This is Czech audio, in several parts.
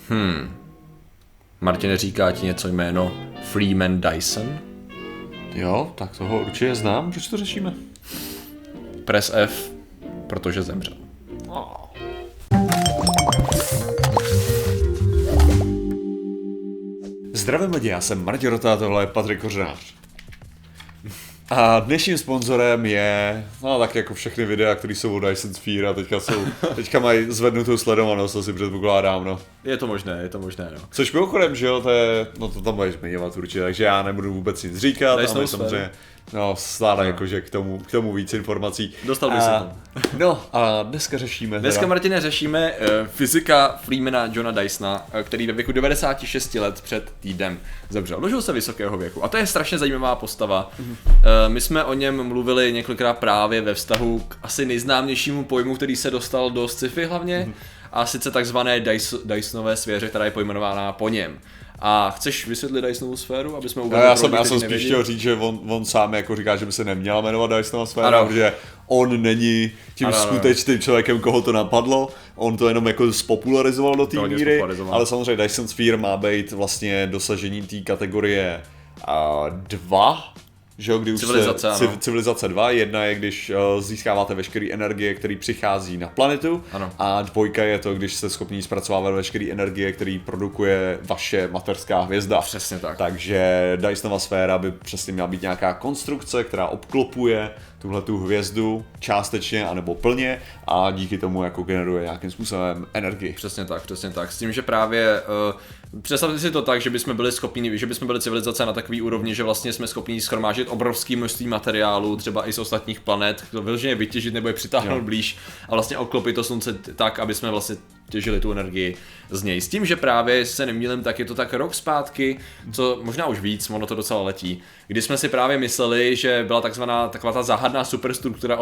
Martine, říká ti něco jméno Freeman Dyson? Jo, tak toho určitě znám. Proč to řešíme? Press F, protože zemřel. Zdravím lidi, já jsem Martin Rota, tohle je Patrik Kořenář. A dnešním sponzorem je, no tak jako všechny videa, které jsou od Dyson Sphere a teďka mají zvednutou sledovanost, asi předpokládám, no. Je to možné, no. Což mimochodem, že jo, no to tam budeš zmiňovat určitě, takže já nebudu vůbec nic říkat, ale samozřejmě, no stále jakože k tomu víc informací. Dostal bych se tam. No a dneska řešíme Dneska, Martine, řešíme fyzika Freemana Johna Dysona, který ve věku 96 let před týdnem zemřel. Dožil se vysokého věku a to je strašně zajímavá postava. My jsme o něm mluvili několikrát právě ve vztahu k asi nejznámějšímu pojmu, který se dostal do sci-fi hlavně, a sice takzvané Dysonové sféře, která je pojmenována po něm. A chceš vysvětlit Dysonovu sféru, aby jsme uvedli? Já jsem spíš chtěl říct, že on sám jako říká, že by se neměla jmenovat Dysonova sféra, protože on není tím skutečným člověkem, koho to napadlo. On to jenom jako spopularizoval do té míry, ale samozřejmě Dyson Sphere má být vlastně dosažení té kategorie 2, že jo, kdy už civilizace 2, jedna je, když získáváte veškeré energie, které přichází na planetu, a 2 je to, když jste schopni zpracovávat veškeré energie, které produkuje vaše mateřská hvězda. Přesně tak. Takže Dysonova sféra by přesně měla být nějaká konstrukce, která obklopuje tuhletu hvězdu částečně anebo plně a díky tomu jako generuje nějakým způsobem energii. Přesně tak. S tím, že právě představte si to tak, že bychom byli civilizace na takový úrovni, že vlastně jsme schopni shromáždit obrovské množství materiálu, třeba i z ostatních planet, to vyloženě vytěžit nebo je přitáhnout blíž a vlastně obklopit to slunce tak, aby jsme vlastně těžili tu energii z něj. S tím, že právě se nemýlím, tak je to tak rok zpátky, co možná už víc, ono to docela letí, kdy jsme si právě mysleli, že byla taková ta záhadná superstruktura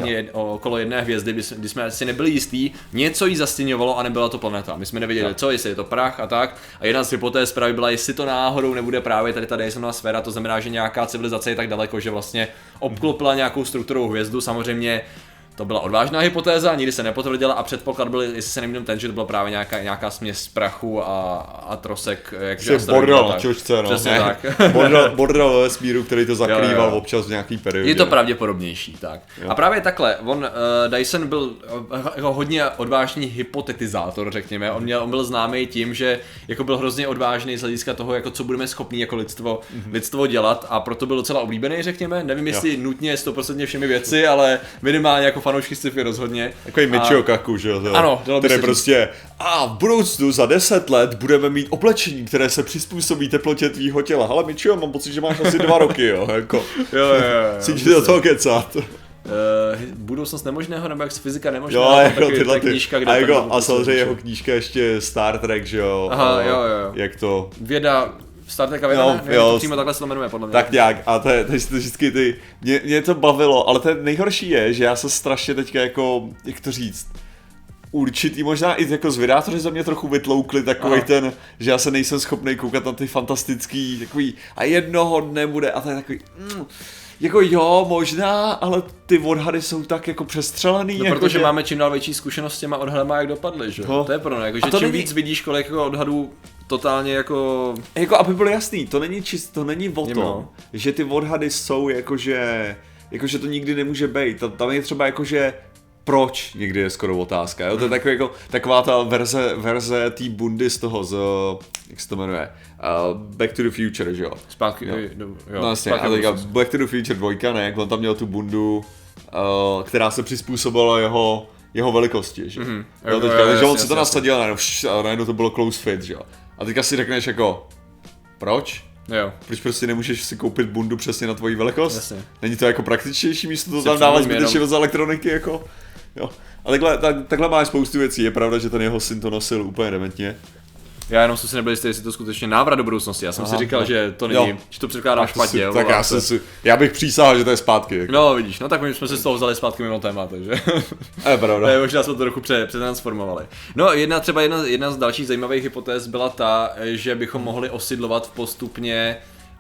okolo jedné hvězdy, kdy jsme si nebyli jistí, něco jí zastěňovalo a nebyla to planeta. My jsme nevěděli, co, jestli je to prach a tak. A jedna z hypotéz právě byla, jestli to náhodou nebude právě tady ta Dysonová sféra, to znamená, že nějaká civilizace je tak daleko, že vlastně obklopila nějakou strukturou hvězdu. Samozřejmě to byla odvážná hypotéza, nikdy se nepotvrdila a předpoklad byl, jestli se nemýlím, ten, že to byla právě nějaká směs prachu a trosek. Bordel na čočce, no. Přesně tak. Bordel ve vesmíru, který to zakrýval občas v nějaký periodě. Je to pravděpodobnější, tak. Jo. A právě takhle, Dyson byl hodně odvážný hypotetizátor, řekněme. On byl známý tím, že jako byl hrozně odvážný z hlediska toho, jako co budeme schopni jako lidstvo dělat, a proto byl docela oblíbený, řekněme. Nevím, jestli nutně 100% všemi věci, ale minimálně jako fanoušky sci-fi rozhodně. Takový Michio Kaku, že jo? Ano, který prostě v budoucnu za 10 let budeme mít oblečení, které se přizpůsobí teplotě tvýho těla. Ale Michio, mám pocit, že máš asi 2 roky, jo? Jako, jo. Cítíš do toho kecat. Budoucnost nemožného, nebo jak z fyzika nemožná. Jo, jako tyhle knížka, kde a samozřejmě jeho knížka ještě Star Trek, že jo? Aha, jo. Jak to? Věda, Star Trek a věda, to přímo takhle se to jmenuje, podle mě. Tak nějak, a to je vždycky mě to bavilo, ale to nejhorší je, že já se strašně teďka jako, jak to říct, určitý, možná i jako z vydátoři za mě trochu vytloukli takovej ten, že já se nejsem schopný koukat na ty fantastický, takový, a jednoho dne bude, a to je takový, jako jo, možná, ale ty odhady jsou tak jako přestřelený. No, jako protože máme čím dál větší zkušenost s těma odhadama, jak dopadly, že? To je pro mě, jako, že čím víc vidíš, kolik jako odhadů totálně jako, aby bylo jasný, to není o tom, že ty odhady jsou jakože to nikdy nemůže být. Tam je třeba jakože proč někdy je skoro otázka, jo? To je takový, jako, taková ta verze té bundy z toho, jak se to jmenuje, Back to the Future, že jo? Zpátky, jo. No vlastně, a teďka Back to the Future 2, ne, jak on tam měl tu bundu, která se přizpůsobila jeho velikosti, že? Takže on si to nasadil a najednou to bylo close fit, že jo? A teďka si řekneš jako, proč? Jo. Proč prostě nemůžeš si koupit bundu přesně na tvoji velikost? Jasně. Není to jako praktičtější místo to tam dávat zbytečně z elektroniky, jako? Jo. A takhle máš spoustu věcí, je pravda, že ten jeho syn to nosil úplně dementně. Já jenom jsem si nebyl jistý, jestli to skutečně návrat do budoucnosti. Já jsem si říkal, že to není, že to překládám špatně. Tak já bych přísahal, že to je zpátky. Jako. No vidíš, no tak my jsme si z toho vzali zpátky mimo téma, takže. Je pravda. Možná jsme to trochu přetransformovali. No jedna z dalších zajímavých hypotéz byla ta, že bychom mohli osidlovat postupně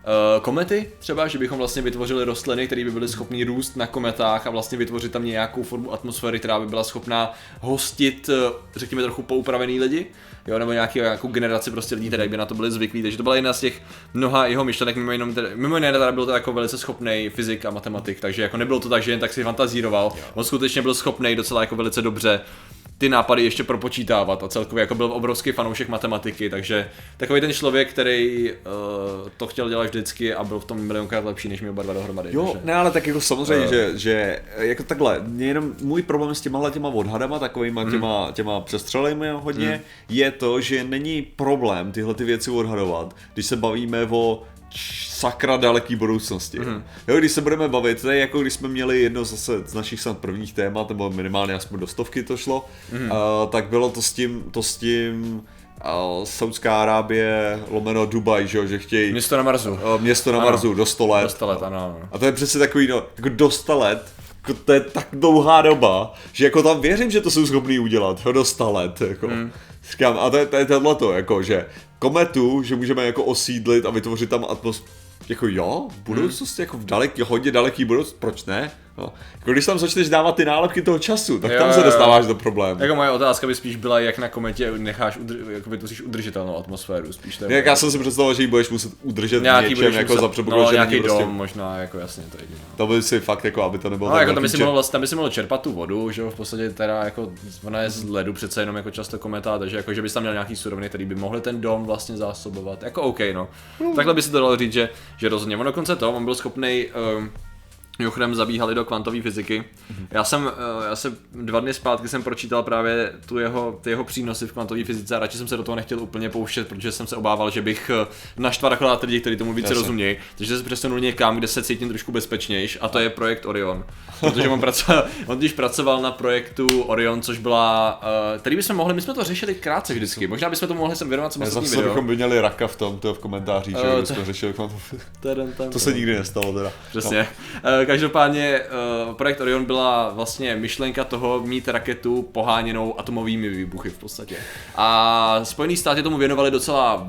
komety třeba, že bychom vlastně vytvořili rostliny, které by byly schopné růst na kometách a vlastně vytvořit tam nějakou formu atmosféry, která by byla schopná hostit, řekněme, trochu poupravený lidi, jo, nebo nějakou generaci prostě lidí, které by na to byli zvyklí, takže to byla jedna z těch mnoha jeho myšlenek, mimo jiné teda byl to jako velice schopný fyzik a matematik, takže jako nebylo to tak, že jen tak si fantazíroval, on skutečně byl schopný docela jako velice dobře ty nápady ještě propočítávat a celkově jako byl obrovský fanoušek matematiky, takže takový ten člověk, který to chtěl dělat vždycky a byl v tom milionkrát lepší než my oba dva dohromady. Jo, takže... ne, ale tak jako samozřejmě, že jako takhle, jenom můj problém s těma odhadama, takovýma těma přestřelejmi hodně, je to, že není problém tyhle ty věci odhadovat, když se bavíme o sakra daleký budoucnosti. Jo, když se budeme bavit, to je jako když jsme měli jedno zase z našich snad prvních témat, nebo minimálně aspoň do 100 to šlo, tak bylo to s tím Saudská Arábie lomeno Dubaj, že chtějí město na Marsu. Město na Marsu do 100 let. Do 100 let, ano. A to je přesně takový, no, jako do 100 let, jako to je tak dlouhá doba, že jako tam věřím, že to jsou schopný udělat, do 100 let, jako. Říkám, a to je tohleto, jako, že kometu, že můžeme jako osídlit a vytvořit tam atmosféru, jako jo, v budoucnosti, jako v hodně daleký budoucnost, proč ne? No. Jako když tam začneš dávat ty nálepky toho času, tak tam se dostáváš do problému. Jako moje otázka by spíš byla, jak na kometě necháš jako vytvoříš udržitelnou atmosféru, spíš jak já jsem si představoval, že ji budeš muset udržet nějaký něčem, jako za předpokladu, že nějaký prostě... dom, možná, jako jasně, to jediné. To by si fakt, jako aby to nebylo tak jako tam by si mohl čerpat tu vodu, že jo, v podstatě teda jako, ona je z ledu přece jenom jako často kometa, takže jako, že bys tam měl nějaký suroviny, který by mohly ten dom vlastně zásobovat, jako OK, no. Takhle by si to dalo říct, že rozhodně, on dokonce on byl schopnej mimochodem zabíhali do kvantové fyziky. Já jsem 2 dny zpátky jsem pročítal právě ty jeho přínosy v kvantové fyzice a radši jsem se do toho nechtěl úplně pouštět, protože jsem se obával, že bych naštval akorát lidi, kteří tomu více rozumějí. Takže se přesunul někam, kde se cítím trošku bezpečnější, a to je projekt Orion. Protože on když pracoval na projektu Orion, což byla, který bychom mohli, my jsme to řešili krátce vždycky. Možná bychom to mohli sem věnovat samostatný video. Zase bychom měli raka v komentářích, že bychom řešili kvantovou fyziku. To se nikdy nestalo teda. Přesně. Každopádně projekt Orion byla vlastně myšlenka toho mít raketu poháněnou atomovými výbuchy v podstatě. A Spojené státy tomu věnovali docela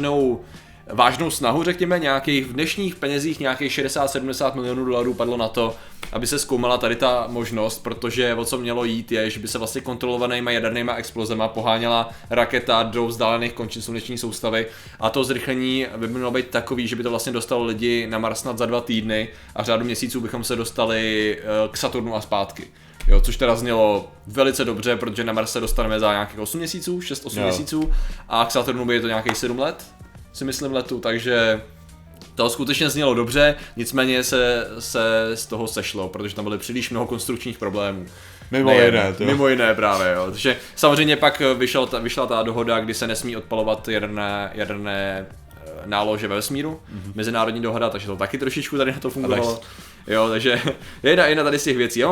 vážnou snahu, řekněme, nějakých v dnešních penězích nějakých 60-70 milionů dolarů padlo na to, aby se zkoumala tady ta možnost, protože o co mělo jít je, že by se vlastně kontrolovanýma jadernýma explozema poháněla raketa do vzdálených končin sluneční soustavy a to zrychlení by mělo být takový, že by to vlastně dostalo lidi na Mars snad za 2 týdny a v řádu měsíců bychom se dostali k Saturnu a zpátky. Jo, což teda znělo velice dobře, protože na Mars se dostaneme za nějakých 8 měsíců, 6-8 měsíců a k Saturnu by je to nějakých 7 let, si myslím letu, takže to skutečně znělo dobře, nicméně se z toho sešlo, protože tam byly příliš mnoho konstrukčních problémů. Mimo jiné právě, jo. Takže samozřejmě pak vyšla ta dohoda, kdy se nesmí odpalovat jaderné nálože ve vesmíru, mezinárodní dohoda, takže to taky trošičku tady na to fungovalo. Jo, takže jedna tady z těch věcí.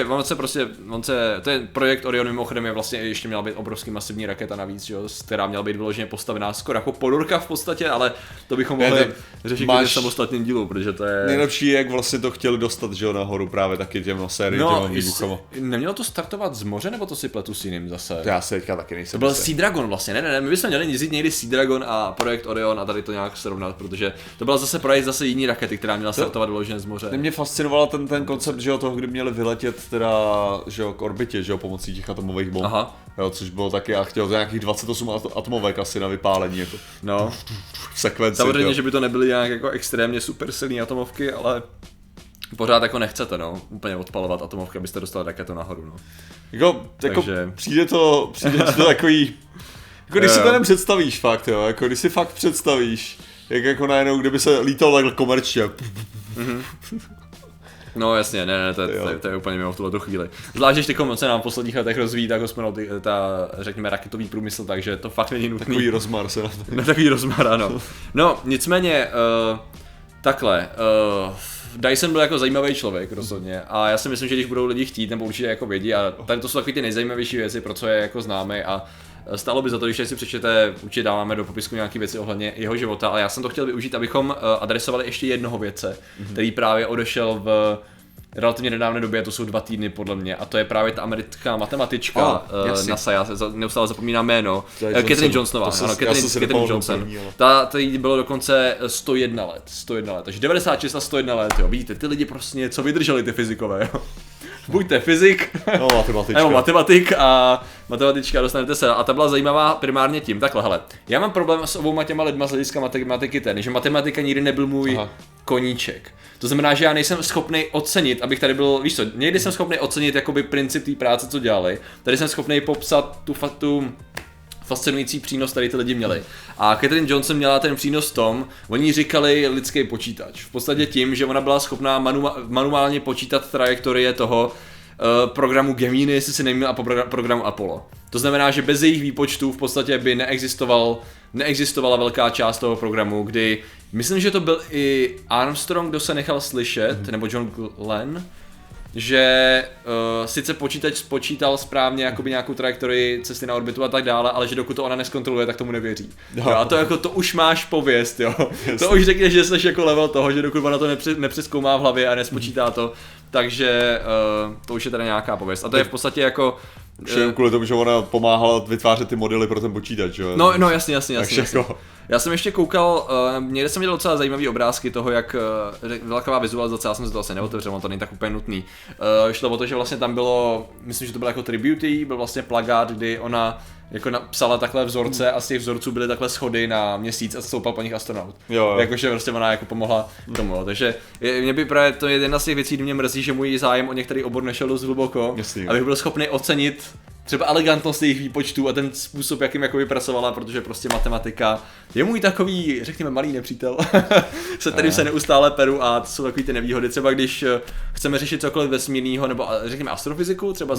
To je projekt Orion, mimochodem je vlastně ještě měla být obrovský masivní raketa navíc, jo, která měla být vyloženě postavená skoro jako ponorka v podstatě, ale to bychom mohli řešit v samostatným dílu, protože to je... Nejlepší je, jak vlastně to chtěli dostat, že jo, nahoru právě taky těm sériím výbuchama. Nemělo to startovat z moře, nebo to si pletu s jiným zase? Já se teďka taky nejsem. To byl Sea Dragon vlastně, ne, my bychom měli někdy Sea Dragon a projekt Orion a tady to nějak srovnat, protože to byla zase projekt jiný rakety, která měla startovat vyloženě z moře. Mě fascinoval ten koncept, že jo, toho, kdy měli vyletět teda, že jo, k orbitě, že jo, pomocí těch atomových bomb. Aha. Jo, což bylo taky, a chtěl to nějakých 28 atomovek asi na vypálení, jako. No. V sekvenci. Samozřejmě, že by to nebyly nějak jako extrémně super silné atomovky, ale pořád jako nechcete, no, úplně odpalovat atomovky, abyste dostali raketu nahoru, no. Jako přijde to takový, jako když si to nepředstavíš fakt, jo, jako když si fakt představíš, jak jako najednou, kdyby se lítal takhle komerčně. No jasně, ne, to je úplně mimo v tuhletu chvíli. Zvlášť, když teď se nám v posledních letech rozvíjí tak řekněme, raketový průmysl, takže to fakt není nutný. Takový rozmar se na to. Takový rozmar, ano. No, nicméně, takhle, Dyson byl jako zajímavý člověk rozhodně a já si myslím, že když budou lidi chtít, nebo určitě jako vědí a tady to jsou takový ty nejzajímavější věci, pro co je jako známe a stálo by za to, když si přečtete, určitě dáváme do popisku nějaké věci ohledně jeho života, ale já jsem to chtěl využít, abychom adresovali ještě jednoho vědce, který právě odešel v relativně nedávné době, to jsou 2 týdny podle mě, a to je právě ta americká matematička NASA, já se neustále zapomínám jméno, Katherine Johnsonová, ano, Katherine Johnson. Ta jí bylo dokonce 101 let, takže 96 a 101 let, jo, vidíte, ty lidi prostě něco vydrželi, ty fyzikové, jo. Buďte fyzik, nebo matematička, dostanete se. A ta byla zajímavá primárně tím, takhle, hele, já mám problém s obouma těma lidma z hlediska matematiky ten, že matematika nikdy nebyl můj koníček. To znamená, že já nejsem schopný ocenit, abych tady byl, víš co, někdy jsem schopný ocenit jakoby princip té práce, co dělali, tady jsem schopný popsat tu fascinující přínos, který ty lidi měli. A Katherine Johnson měla ten přínos v tom, oni říkali lidský počítač. V podstatě tím, že ona byla schopná manuálně počítat trajektorie toho programu Gemini, jestli si neměl, a programu Apollo. To znamená, že bez jejich výpočtů v podstatě by neexistovala velká část toho programu, kdy myslím, že to byl i Armstrong, kdo se nechal slyšet, nebo John Glenn, že sice počítač spočítal správně jakoby nějakou trajektorii cesty na orbitu a tak dále, ale že dokud to ona neskontroluje, tak tomu nevěří. Jo, a to jako to už máš pověst, jo. To už řekneš, že jsi jako level toho, že dokud ona to nepřezkoumá v hlavě a nespočítá to, takže to už je teda nějaká pověst. A to je v podstatě jako kvůli tomu, že ona pomáhala vytvářet ty modely pro ten počítač, jo? No jasně. Jako... Já jsem ještě koukal, někde jsem viděl docela zajímavý obrázky toho, jak velká vizualizace, já jsem se to asi neotevřel, to není tak úplně nutný. Šlo o to, že vlastně tam bylo, myslím, že to bylo jako tribute, byl vlastně plagát, kdy ona jako napsala takhle vzorce a z těch vzorců byly takhle schody na měsíc a stoupal po nich astronaut. Jo. Jakože prostě ona jako pomohla tomu, jo. Takže mě by právě to je jedna z těch věcí, kdy mě mrzí, že můj zájem o některý obor nešel dost hluboko, abych byl schopný ocenit třeba elegantnost jejich výpočtů a ten způsob, jakým jako vypracovala, protože prostě matematika je můj takový, řekněme, malý nepřítel, se kterým se neustále peru, a to jsou takový ty nevýhody, třeba když chceme řešit cokoliv vesmírného, nebo řekněme astrofyziku, třeba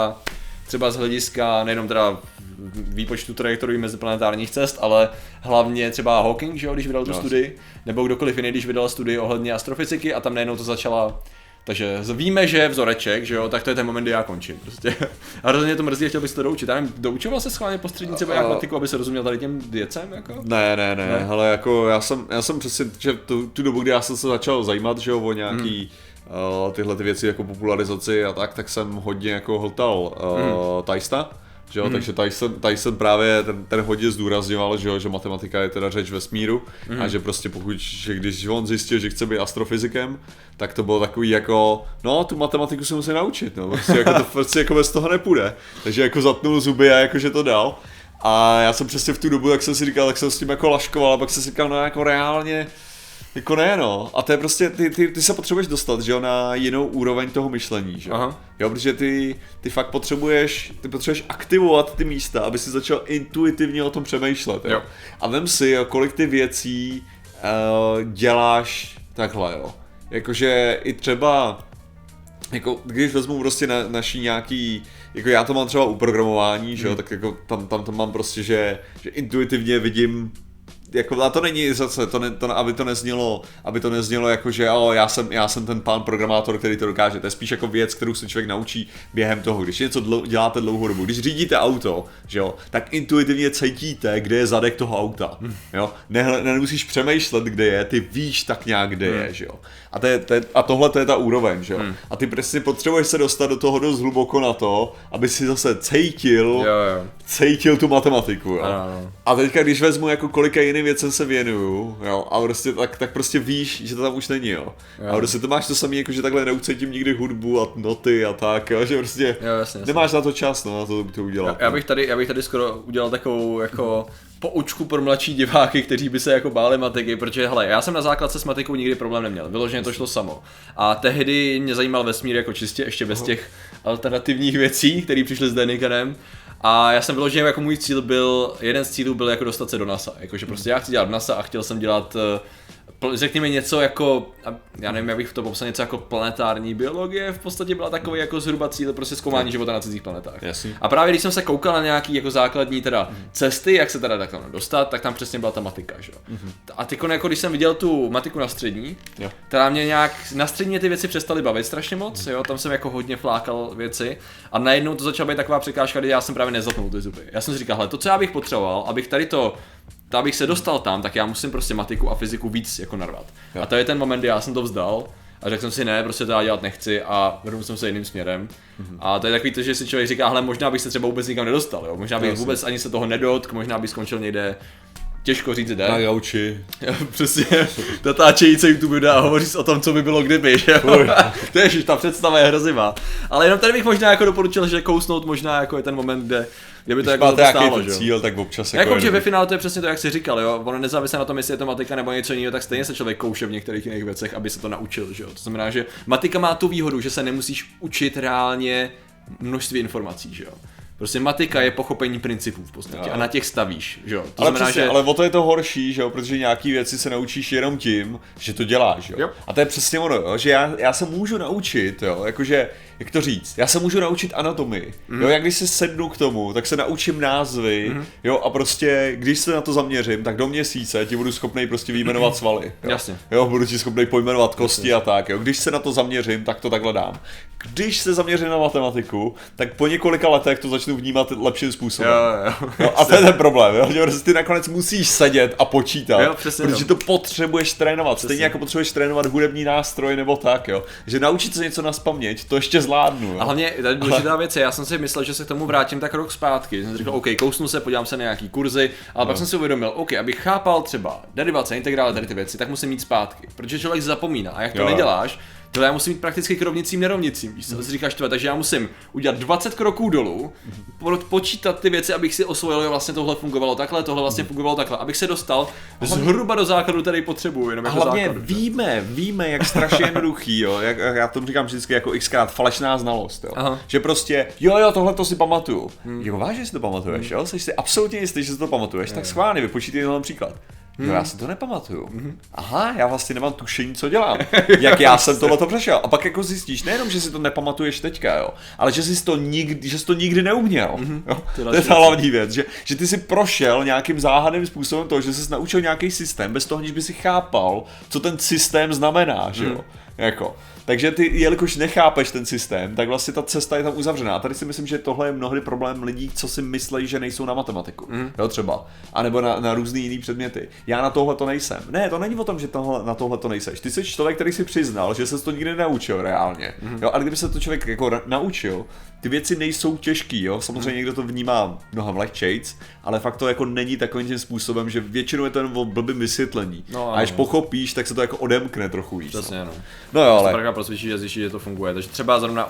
z hlediska nejenom teda výpočtu trajektorií meziplanetárních cest, ale hlavně třeba Hawking, že jo, když vydal tu studii, nebo kdokoliv jiný, když vydal studii ohledně astrofyziky a tam najednou to začala. Takže víme, že je vzoreček, že jo, tak to je ten moment, kdy já končím prostě. A hrozně to mrzí, chtěl bys to doučit. Já nevím, doučoval se schválně postřední třeba matematiku, aby se rozuměl tady těm věcem, jako? Ne, ale jako já jsem přesně, že tu dobu, kdy já jsem se začal zajímat, že jo, o nějaký tyhle ty věci jako popularizaci a tak jsem hodně jako hltal Tysona. Že jo, takže Tyson právě ten hodně zdůrazňoval, že matematika je teda řeč vesmíru a že prostě když on zjistil, že chce být astrofyzikem, tak to bylo takový jako, no tu matematiku se musí naučit, no, prostě jako to prostě jako bez toho nepůjde, takže jako zatnul zuby a jakože to dal. A já jsem přesně v tu dobu, tak jsem si říkal, tak jsem s tím jako laškoval a pak jsem si říkal, no jako reálně, jako ne no, a to je prostě, ty se potřebuješ dostat, že jo, na jinou úroveň toho myšlení, že jo, jo, protože ty fakt potřebuješ aktivovat ty místa, aby si začal intuitivně o tom přemýšlet, jo. A vem si, jo, kolik ty věcí děláš takhle, jo, jakože i třeba, jako když vezmu prostě naší nějaký, jako já to mám třeba u programování, že jo, tak jako tam to mám prostě, že intuitivně vidím. Jako, a to není zase, aby to neznělo jako, že já jsem ten pán programátor, který to dokáže. To je spíš jako věc, kterou se člověk naučí během toho. Když něco děláte dlouhou dobu, když řídíte auto, že jo, tak intuitivně cítíte, kde je zadek toho auta. Jo? Nemusíš přemýšlet, kde je, ty víš tak nějak, kde je, že jo. A tohle to je ta úroveň, že jo. A ty prostě potřebuješ se dostat do toho dost hluboko na to, aby si zase cítil tu matematiku, jo. A teďka, když vezmu jako kolika jiným věcem se věnuju, jo, a prostě tak prostě víš, že to tam už není, jo. A prostě to máš to samé, jako že takhle neucítím nikdy hudbu a noty a tak, jo, že prostě jasně. Nemáš na to čas, no, na to udělat. Já bych tady skoro udělal takovou jako poučku pro mladší diváky, kteří by se jako báli matiky, protože hele, já jsem na základce s matikou nikdy problém neměl, vyloženě to šlo samo. A tehdy mě zajímal vesmír jako čistě, ještě bez těch alternativních věcí, které přišly s Denikanem. A já jsem vyloženě jako můj cíl byl, jeden z cílů byl jako dostat se do NASA, jakože prostě já chci dělat NASA a chtěl jsem dělat, řekněme něco jako, já nevím, jak bych to popsal, něco jako planetární biologie, v podstatě byla takový jako zhruba cíl prostě zkoumání života na cizích planetách. Jasný. A právě když jsem se koukal na nějaký jako základní teda cesty, jak se teda takhle dostat, tak tam přesně byla ta matika, že jo. A teď jako když jsem viděl tu matiku na střední, která mě nějak, na střední ty věci přestaly bavit strašně moc, jo, tam jsem jako hodně flákal věci a najednou to začala být taková překážka, kdy já jsem právě nezapnul ty zuby. Já jsem si říkal, hele, to co já bych potřeboval, abych tady abych se dostal tam, tak já musím prostě matiku a fyziku víc jako narvat. A to je ten moment, kdy já jsem to vzdal A řekl jsem si ne, prostě to já dělat nechci a vrhnul jsem se jiným směrem. A to je takový to, že si člověk říká, hele, možná bych se třeba vůbec nikam nedostal, jo? Možná bych vůbec ani se toho nedotk, možná bych skončil někde, těžko říct kde. Na gauči. Přesně, natáčející YouTube videa a hovoří o tom, co by bylo kdyby, že jo? To je, ta představa je hrozivá. Ale jenom tady bych možná jako doporučil, že kousnout možná jako je ten moment, kde by to jako stálo, že jo? Cíl, tak občas jako že ve finále to je přesně to, jak jsi říkal, jo? Ono nezávisle na tom, jestli je to matika nebo něco jiného, tak stejně se člověk kouše v některých jiných věcech, aby se to naučil, že jo? To znamená, že matika má tu výhodu, že se nemusíš učit reálně množství informací, že jo? Prostě matika je pochopení principů v podstatě a na těch stavíš, že jo? To ale znamená, přesně, že... ale o to je to horší, že jo? Protože nějaký věci se naučíš jenom tím, že to děláš, jo? A to je přesně ono, jo? Že já se můžu naučit, jo? Jakože, jak to říct, já se můžu naučit anatomii, jo? Jak když si sednu k tomu, tak se naučím názvy, jo? A prostě, když se na to zaměřím, tak do měsíce ti budu schopnej prostě vyjmenovat svaly, jo? Jasně. Jo, budu ti schopnej pojmenovat kosti a tak, jo? Když se na to zaměřím, tak to takhle dám. Když se zaměřím na matematiku, tak po několika letech to začnu vnímat lepším způsobem. Jo, a to je ten problém, jo? Že prostě ty nakonec musíš sedět a počítat, jo, protože to potřebuješ trénovat. Stejně jako potřebuješ trénovat hudební nástroj nebo tak, jo. Že naučit se něco nazpaměť, to ještě zvládnu. Jo? A hlavně tady důležitá věc je, já jsem si myslel, že se k tomu vrátím tak rok zpátky. Jsem si říkal, OK, kousnu se, podívám se na nějaký kurzy, ale pak jsem si uvědomil, OK, abych chápal třeba derivace, integrály, tady ty věci, tak musím mít zpátky, protože člověk zapomíná. A jak to neděláš, to já musím mít prakticky k rovnicím nerovnicím, víš co, si říkáš tvé, takže já musím udělat 20 kroků dolů, počítat ty věci, abych si osvojil, že vlastně tohle fungovalo takhle, tohle vlastně fungovalo takhle, abych se dostal zhruba do základu, který potřebuju, jenom jako hlavně základu. víme, jak strašně jednoduchý, jo, jak já tomu říkám vždycky jako xkrát falešná znalost, jo. Aha. Že prostě, jo, tohle to si pamatuju. Jo, vážně si to pamatuješ, jo, jsi si absolutně jistý, že si to pamatuješ, tak schválně vypočítej ten příklad. Jo, já si to nepamatuju. Aha, já vlastně nemám tušení, co dělám. Jak já jsem tohleto přešel. A pak jako zjistíš, nejenom, že si to nepamatuješ teďka, jo, ale že jsi to nikdy neuměl. Jo? To je ta hlavní věc, že ty si prošel nějakým záhadným způsobem toho, že jsi naučil nějaký systém, bez toho, aniž by si chápal, co ten systém znamená, že jo. Jako. Takže ty, jelikož nechápeš ten systém, tak vlastně ta cesta je tam uzavřená. A tady si myslím, že tohle je mnohdy problém lidí, co si myslí, že nejsou na matematiku. Jo, třeba. A nebo na různý jiný předměty. Já na tohle to nejsem. Ne, to není o tom, že na tohle to nejseš. Ty jsi člověk, který si přiznal, že se to nikdy nenaučil reálně. Jo, ale kdyby se to člověk jako naučil, ty věci nejsou těžký, jo. Samozřejmě někdo to vnímá mnohem lehčejc, ale fakt to jako není takovým tím způsobem, že většinou je to jen o blbým vysvětlení. No, a až pochopíš, tak se to jako odemkne trochu víc. Přesně, no. No jo, ale prosvědčí a zjistí, že to funguje. Takže třeba zrovna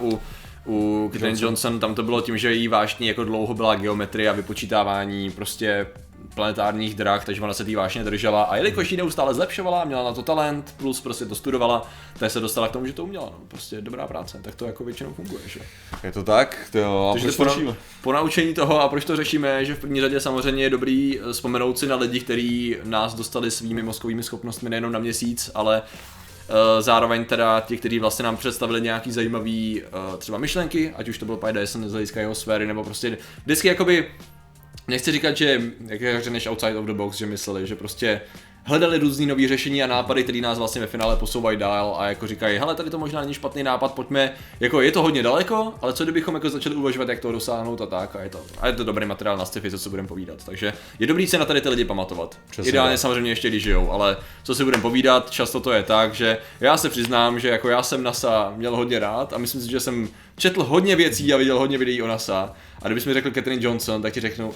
u Katherine Johnson tam to bylo tím, že jí vášní jako dlouho byla geometrie a vypočítávání prostě planetárních drah, takže ona se tý vášně držela a jelikož ji neustále zlepšovala, měla na to talent, plus prostě to studovala, tak se dostala k tomu, že to uměla, no. Prostě dobrá práce, tak to jako většinou funguje, že? Je to tak? To po naučení toho a proč to řešíme, že v první řadě samozřejmě je dobrý vzpomenout si na lidi, kteří nás dostali svými mozkovými schopnostmi nejenom na měsíc, ale zároveň teda ti, kteří vlastně nám představili nějaký zajímavý třeba myšlenky, ať už to byl Pi Dyson z hlediska jeho sféry, nebo prostě vždycky jakoby, nechci říkat, že jak řekneš outside of the box, že mysleli, že prostě hledali různý nový řešení a nápady, které nás vlastně ve finále posouvají dál a jako říkají, hele, tady to možná není špatný nápad, pojďme, jako je to hodně daleko, ale co kdybychom jako začali uvažovat, jak to dosáhnout a tak a je to dobrý materiál na sci-fi, co budeme povídat, takže je dobrý se na tady ty lidi pamatovat. Přesně ideálně tak. Samozřejmě ještě když žijou, ale co si budeme povídat, často to je tak, že já se přiznám, že jako já jsem NASA měl hodně rád a myslím si, že jsem četl hodně věcí a viděl hodně videí o NASA a kdybys mi řekl Katherine Johnson, tak ti řeknu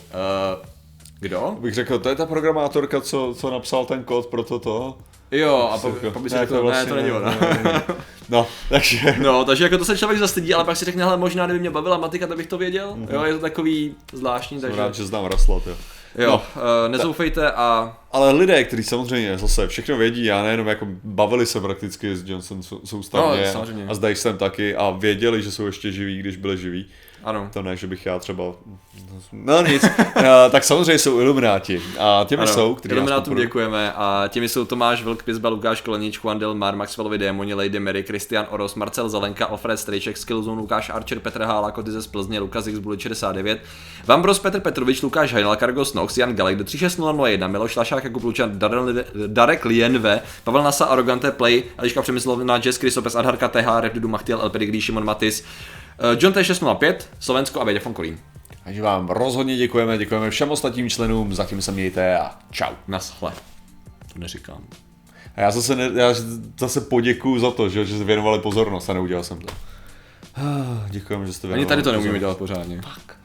kdo? Bych řekl, to je ta programátorka, co napsal ten kód pro toto. Jo, a pak by si řekl, vlastně, ne, to není ona. No, takže... No, takže jako to se člověk zastydí, ale pak si řekne, hele, možná kdyby mě bavila matika, tak bych to věděl. Jo, je to takový zvláštní, takže... Jsem rád, že znám Raslat, jo. Jo, nezoufejte a... Ale lidé, kteří samozřejmě zase všechno vědí a nejenom jako bavili se prakticky s Johnson soustavně a zdají sem taky a věděli, že jsou ještě živí, když byli živí. Ano. To ne, že bych já třeba... No nic, tak samozřejmě jsou ilumináti a těmi ano, jsou, kteří Iluminátům děkujeme a těmi jsou Tomáš Vlk, Pizba, Lukáš Kolenič, Juan Delmar, Maxwellovi démoni, Lady Mary, Christian Oros, Marcel Zelenka, Alfred Strejček, Skillzone, Lukáš Archer, Petr Hála, Koty z Plzně, Lukas X, Bullet 69, Vambros, Petr Petrovič, Lukáš Hajnal, Kargos Nox, Jan Galek, do 36001, Miloš Lašák, Jakub Lučan, Darek Lienve, Pavel Nasa, Arrogante Play, Eliška Přemyslovna, Jess Krysopes, Adharka, TH, Revdudu, Machtiel, LPD, Šimon Matis, John T605, Slovensko a Vědě Fonkolín. Takže vám rozhodně děkujeme všem ostatním členům, zatím se mějte a čau. Naschle. To neříkám. A já zase poděkuju za to, že jste věnovali pozornost a neudělal jsem to. Děkujeme, že jste věnovali. Ani tady to neumíme dělat pořádně. Fuck.